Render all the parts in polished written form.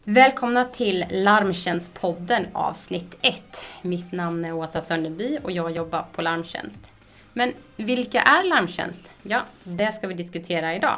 Välkomna till Larmtjänstpodden avsnitt 1. Mitt namn är Åsa Sönderby och jag jobbar på Larmtjänst. Men vilka är Larmtjänst? Ja, det ska vi diskutera idag.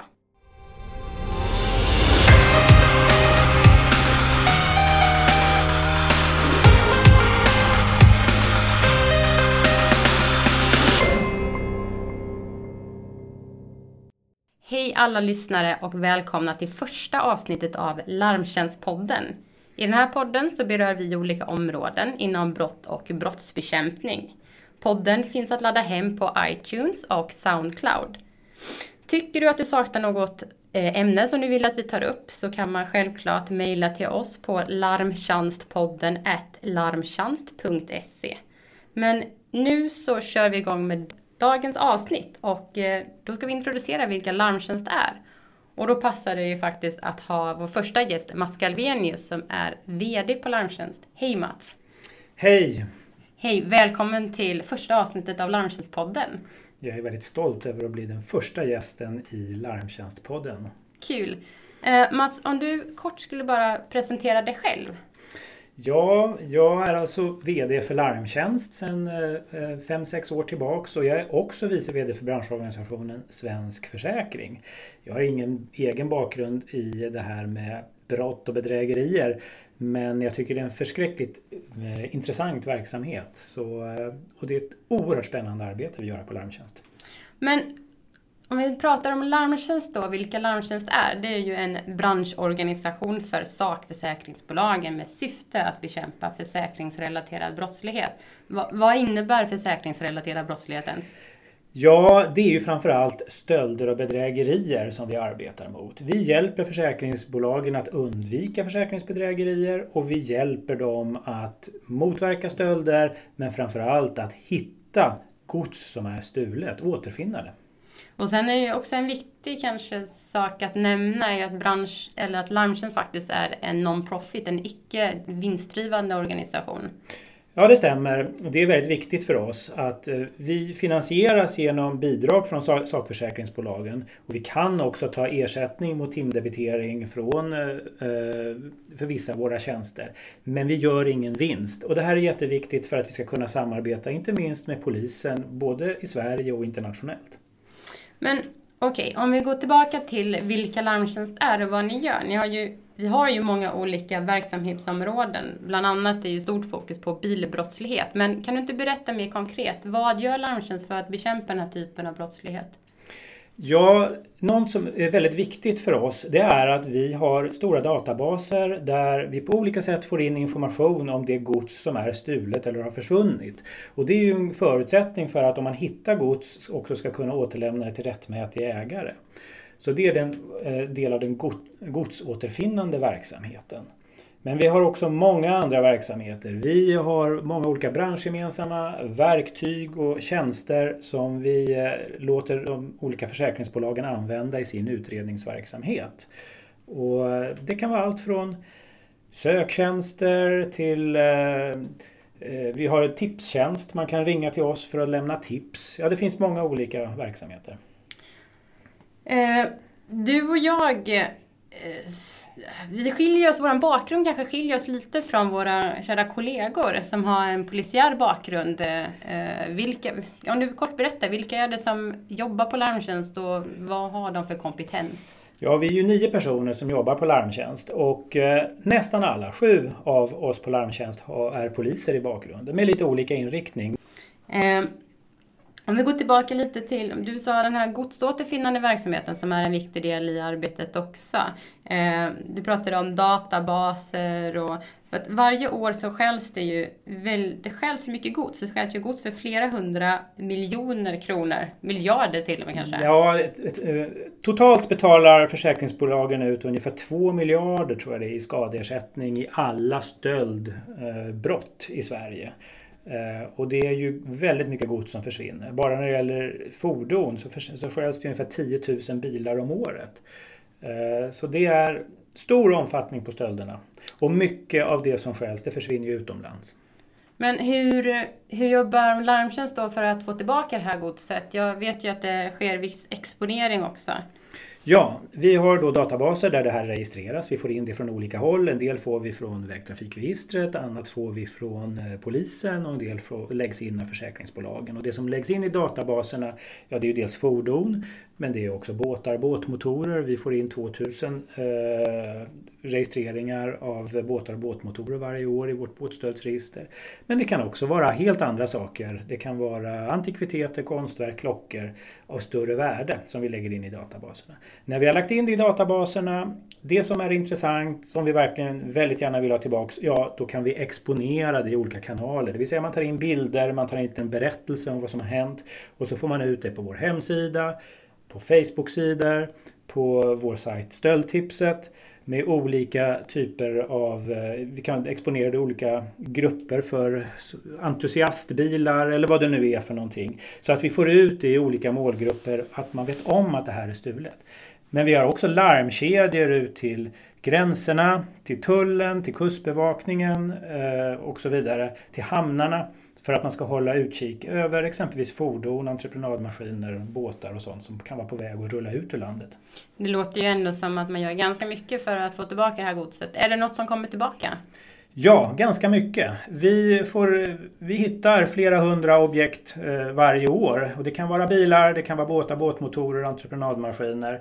Hej alla lyssnare och välkomna till första avsnittet av Larmtjänstpodden. I den här podden så berör vi olika områden inom brott och brottsbekämpning. Podden finns att ladda hem på iTunes och Soundcloud. Tycker du att du saknar något ämne som du vill att vi tar upp så kan man självklart mejla till oss på larmtjänstpodden@larmtjänst.se. Men nu så kör vi igång med dagens avsnitt och då ska vi introducera vilka Larmtjänst är. Och då passar det ju faktiskt att ha vår första gäst, Mats Galvenius, som är vd på Larmtjänst. Hej Mats! Hej! Hej, välkommen till första avsnittet av Larmtjänstpodden. Jag är väldigt stolt över att bli den första gästen i Larmtjänstpodden. Kul! Mats, om du kort skulle bara presentera dig själv. Ja, jag är alltså vd för Larmtjänst sedan 5-6 år tillbaka och jag är också vice vd för branschorganisationen Svensk Försäkring. Jag har ingen egen bakgrund i det här med brott och bedrägerier, men jag tycker det är en förskräckligt intressant verksamhet. Och det är ett oerhört spännande arbete vi gör på Larmtjänst. Men om vi pratar om Larmtjänst då, vilka Larmtjänst är? Det är ju en branschorganisation för sakförsäkringsbolagen med syfte att bekämpa försäkringsrelaterad brottslighet. Vad innebär försäkringsrelaterad brottslighet ens? Ja, det är ju framförallt stölder och bedrägerier som vi arbetar mot. Vi hjälper försäkringsbolagen att undvika försäkringsbedrägerier och vi hjälper dem att motverka stölder, men framförallt att hitta gods som är stulet, återfinna det. Och sen är ju också en viktig kanske sak att nämna är att Larmtjänst faktiskt är en non-profit, en icke vinstdrivande organisation. Ja, det stämmer. Det är väldigt viktigt för oss att vi finansieras genom bidrag från sakförsäkringsbolagen och vi kan också ta ersättning mot timdebitering för vissa av våra tjänster. Men vi gör ingen vinst och det här är jätteviktigt för att vi ska kunna samarbeta inte minst med polisen både i Sverige och internationellt. Men okej, om vi går tillbaka till vilka Larmtjänst är och vad ni gör. Vi har ju många olika verksamhetsområden. Bland annat är ju stort fokus på bilbrottslighet. Men kan du inte berätta mer konkret? Vad gör Larmtjänst för att bekämpa den här typen av brottslighet? Ja, något som är väldigt viktigt för oss det är att vi har stora databaser där vi på olika sätt får in information om det gods som är stulet eller har försvunnit. Och det är ju en förutsättning för att om man hittar gods också ska kunna återlämna det till rättmätiga ägare. Så det är den del av den godsåterfinnande verksamheten. Men vi har också många andra verksamheter. Vi har många olika branschgemensamma verktyg och tjänster som vi låter de olika försäkringsbolagen använda i sin utredningsverksamhet. Och det kan vara allt från söktjänster till vi har en tipstjänst. Man kan ringa till oss för att lämna tips. Ja, det finns många olika verksamheter. Du och jag... vår bakgrund kanske skiljer oss lite från våra kära kollegor som har en polisiär bakgrund. Om du kort berättar, vilka är det som jobbar på Larmtjänst och vad har de för kompetens? Ja, vi är ju 9 personer som jobbar på Larmtjänst och nästan alla, 7 av oss på Larmtjänst är poliser i bakgrunden med lite olika inriktning. Om vi går tillbaka lite till, du sa den här godsåterfinnande verksamheten som är en viktig del i arbetet också. Du pratade om databaser och för att varje år så stjäls det stjäls mycket gods. Det stjäls ju gods för flera 100 miljoner kronor, miljarder till och med kanske. Ja, totalt betalar försäkringsbolagen ut ungefär 2 miljarder tror jag det är i skadeersättning i alla stöldbrott i Sverige. Och det är ju väldigt mycket gods som försvinner. Bara när det gäller fordon så stjäls det ungefär 10 000 bilar om året. Så det är stor omfattning på stölderna. Och mycket av det som stjäls det försvinner ju utomlands. Men hur jobbar Larmtjänst då för att få tillbaka det här godset? Jag vet ju att det sker viss exponering också. Ja, vi har då databaser där det här registreras. Vi får in det från olika håll. En del får vi från vägtrafikregistret, annat får vi från polisen och en del läggs in av försäkringsbolagen. Och det som läggs in i databaserna, ja det är ju dels fordon, men det är också båtar, båtmotorer. Vi får in 2000 registreringar av båtar och båtmotorer varje år i vårt båtstöldsregister. Men det kan också vara helt andra saker. Det kan vara antikviteter, konstverk, klockor av större värde som vi lägger in i databaserna. När vi har lagt in det i databaserna, det som är intressant, som vi verkligen väldigt gärna vill ha tillbaks, ja då kan vi exponera det i olika kanaler. Det vill säga man tar in bilder, man tar in en berättelse om vad som har hänt och så får man ut det på vår hemsida, på Facebook-sidor, på vår sajt Stöldtipset med olika typer av, vi kan exponera det i olika grupper för entusiastbilar eller vad det nu är för någonting. Så att vi får ut det i olika målgrupper att man vet om att det här är stulet. Men vi har också larmkedjor ut till gränserna, till tullen, till kustbevakningen och så vidare, till hamnarna. För att man ska hålla utkik över exempelvis fordon, entreprenadmaskiner, båtar och sånt som kan vara på väg att rulla ut ur landet. Det låter ju ändå som att man gör ganska mycket för att få tillbaka det här godset. Är det något som kommer tillbaka? Ja, ganska mycket. Vi hittar flera hundra objekt varje år. Och det kan vara bilar, det kan vara båtar, båtmotorer, entreprenadmaskiner.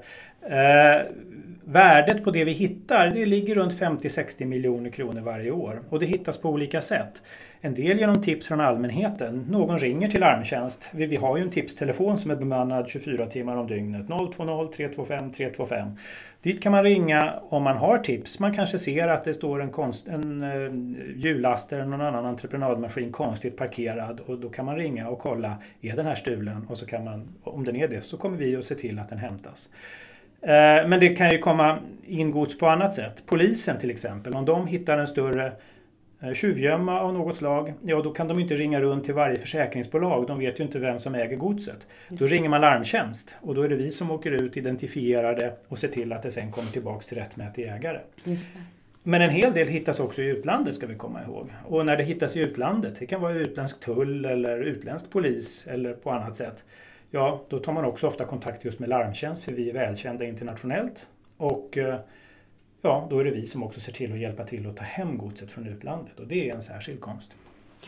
Värdet på det vi hittar det ligger runt 50-60 miljoner kronor varje år. Och det hittas på olika sätt. En del genom tips från allmänheten. Någon ringer till larmtjänst. Vi har ju en tipstelefon som är bemannad 24 timmar om dygnet. 020 325 325. Dit kan man ringa om man har tips. Man kanske ser att det står en hjullastare eller någon annan entreprenadmaskin konstigt parkerad. Och då kan man ringa och kolla, är den här stulen? Och så kan man, om den är det så kommer vi att se till att den hämtas. Men det kan ju komma in gods på annat sätt. Polisen till exempel, om de hittar en större tjuvgömma av något slag, ja då kan de inte ringa runt till varje försäkringsbolag. De vet ju inte vem som äger godset. Då ringer man larmtjänst och då är det vi som åker ut, identifierar det och ser till att det sen kommer tillbaka till rättmätig ägare. Just det. Men en hel del hittas också i utlandet ska vi komma ihåg. Och när det hittas i utlandet, det kan vara utländsk tull eller utländsk polis eller på annat sätt. Ja, då tar man också ofta kontakt just med larmtjänst för vi är välkända internationellt. Och ja, då är det vi som också ser till att hjälpa till att ta hem godset från utlandet. Och det är en särskild konst.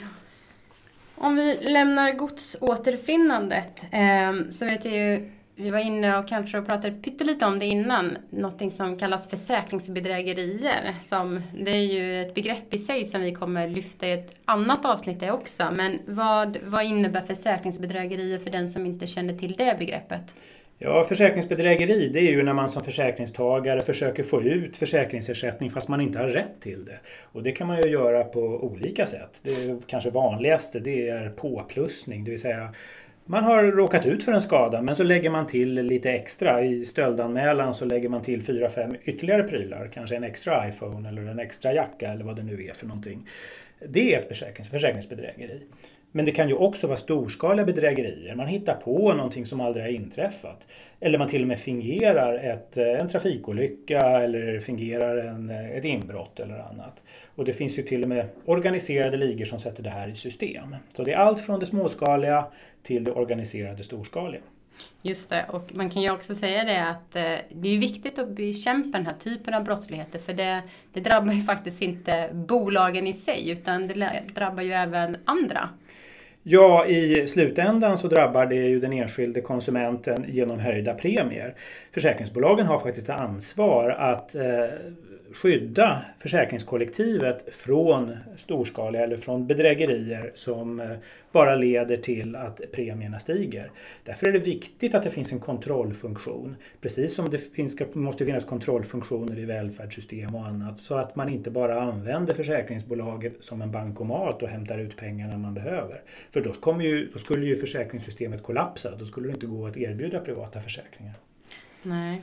Om vi lämnar godsåterfinnandet så vet jag ju, vi var inne och kanske pratade pyttelite om det innan. Någonting som kallas försäkringsbedrägerier. Det är ju ett begrepp i sig som vi kommer lyfta i ett annat avsnitt också. Men vad innebär försäkringsbedrägerier för den som inte känner till det begreppet? Ja, försäkringsbedrägeri det är ju när man som försäkringstagare försöker få ut försäkringsersättning fast man inte har rätt till det. Och det kan man ju göra på olika sätt. Det kanske vanligaste det är påplussning, det vill säga man har råkat ut för en skada men så lägger man till lite extra. I stöldanmälan så lägger man till 4-5 ytterligare prylar. Kanske en extra iPhone eller en extra jacka eller vad det nu är för någonting. Det är ett försäkringsbedrägeri. Men det kan ju också vara storskaliga bedrägerier. Man hittar på någonting som aldrig har inträffat. Eller man till och med fingerar en trafikolycka eller fingerar ett inbrott eller annat. Och det finns ju till och med organiserade ligor som sätter det här i system. Så det är allt från det småskaliga till det organiserade storskaliga. Just det, och man kan ju också säga det att det är viktigt att bekämpa den här typen av brottsligheter för det drabbar ju faktiskt inte bolagen i sig utan det drabbar ju även andra. Ja, i slutändan så drabbar det ju den enskilde konsumenten genom höjda premier. Försäkringsbolagen har faktiskt ansvar att skydda försäkringskollektivet från storskaliga eller från bedrägerier som bara leder till att premierna stiger. Därför är det viktigt att det finns en kontrollfunktion. Precis som det måste finnas kontrollfunktioner i välfärdssystem och annat. Så att man inte bara använder försäkringsbolaget som en bankomat och hämtar ut pengar när man behöver. För då skulle ju försäkringssystemet kollapsa. Då skulle det inte gå att erbjuda privata försäkringar. Nej.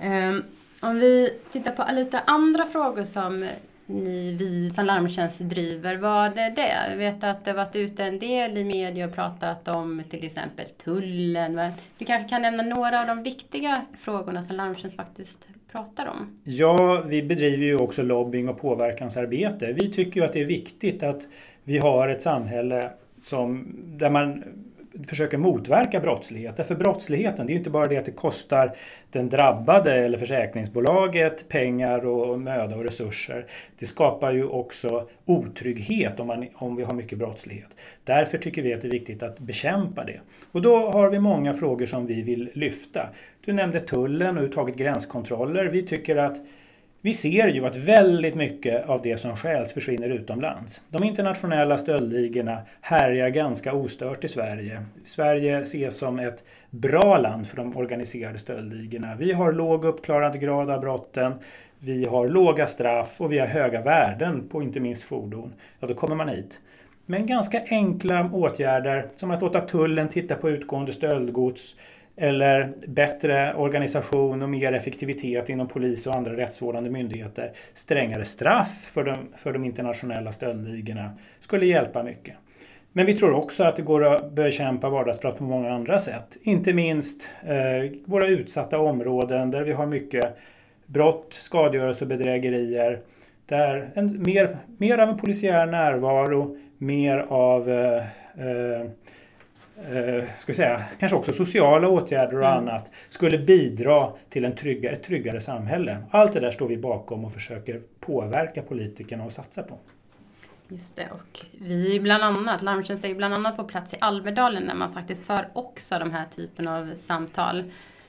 Om vi tittar på lite andra frågor som vi som larmtjänst driver, vad är det? Jag vet att det har varit ute en del i media och pratat om till exempel tullen. Du kanske kan nämna några av de viktiga frågorna som larmtjänst faktiskt pratar om? Ja, vi bedriver ju också lobbying och påverkansarbete. Vi tycker ju att det är viktigt att vi har ett samhälle där man försöker motverka brottslighet. Därför brottsligheten, det är inte bara det att det kostar den drabbade eller försäkringsbolaget pengar och möda och resurser. Det skapar ju också otrygghet om vi har mycket brottslighet. Därför tycker vi att det är viktigt att bekämpa det. Och då har vi många frågor som vi vill lyfta. Du nämnde tullen och tagit gränskontroller. Vi tycker att vi ser ju att väldigt mycket av det som stjäls försvinner utomlands. De internationella stöldligorna härjar ganska ostört i Sverige. Sverige ses som ett bra land för de organiserade stöldligorna. Vi har låg uppklarandegrad av brotten, vi har låga straff och vi har höga värden på inte minst fordon. Ja, då kommer man hit. Men ganska enkla åtgärder som att låta tullen titta på utgående stöldgods, eller bättre organisation och mer effektivitet inom polis och andra rättsvårdande myndigheter, strängare straff för de internationella stöldligorna skulle hjälpa mycket. Men vi tror också att det går att bekämpa vardagsbrott på många andra sätt. Inte minst våra utsatta områden där vi har mycket brott, skadegörelse och bedrägerier. Där mer av en polisiär närvaro, mer av kanske också sociala åtgärder och annat skulle bidra till ett tryggare samhälle. Allt det där står vi bakom och försöker påverka politikerna och satsa på. Just det, och vi är bland annat, Larmtjänst är bland annat på plats i Almedalen när man faktiskt för också de här typen av samtal.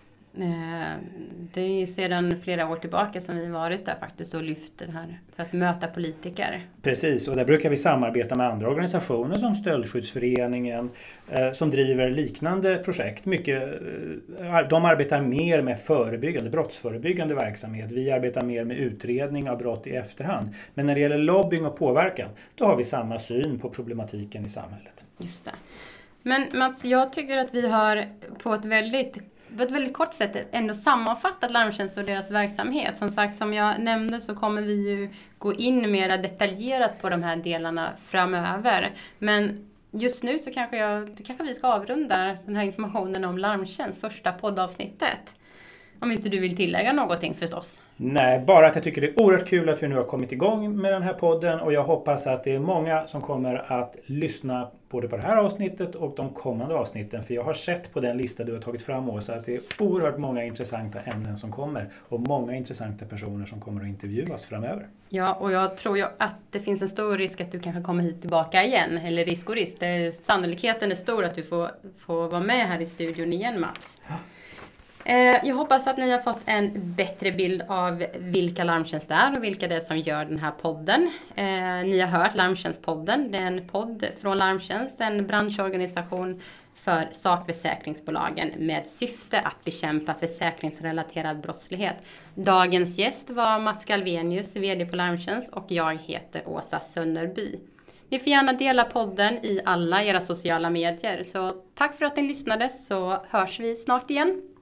Det är sedan flera år tillbaka som vi varit där faktiskt och lyft det här för att möta politiker. Precis, och där brukar vi samarbeta med andra organisationer som Stöldskyddsföreningen som driver liknande projekt. De arbetar mer med brottsförebyggande verksamhet. Vi arbetar mer med utredning av brott i efterhand. Men när det gäller lobbying och påverkan, då har vi samma syn på problematiken i samhället. Just det. Men Mats, jag tycker att vi har på ett väldigt kort sätt ändå sammanfattat Larmtjänst och deras verksamhet. Som sagt, som jag nämnde så kommer vi ju gå in mer detaljerat på de här delarna framöver. Men just nu så kanske vi ska avrunda den här informationen om Larmtjänst, första poddavsnittet. Om inte du vill tillägga någonting förstås. Nej, bara att jag tycker det är oerhört kul att vi nu har kommit igång med den här podden och jag hoppas att det är många som kommer att lyssna både på det här avsnittet och de kommande avsnitten. För jag har sett på den lista du har tagit fram, Åsa, att det är oerhört många intressanta ämnen som kommer och många intressanta personer som kommer att intervjuas framöver. Ja, och jag tror ju att det finns en stor risk att du kanske kommer hit tillbaka igen, eller risk. Sannolikheten är stor att du får vara med här i studion igen, Mats. Ja. Jag hoppas att ni har fått en bättre bild av vilka Larmtjänst är och vilka det är som gör den här podden. Ni har hört Larmtjänstpodden. Det är en podd från Larmtjänst, en branschorganisation för sakförsäkringsbolagen med syfte att bekämpa försäkringsrelaterad brottslighet. Dagens gäst var Mats Galvenius, vd på Larmtjänst, och jag heter Åsa Sönnerby. Ni får gärna dela podden i alla era sociala medier. Så tack för att ni lyssnade, så hörs vi snart igen.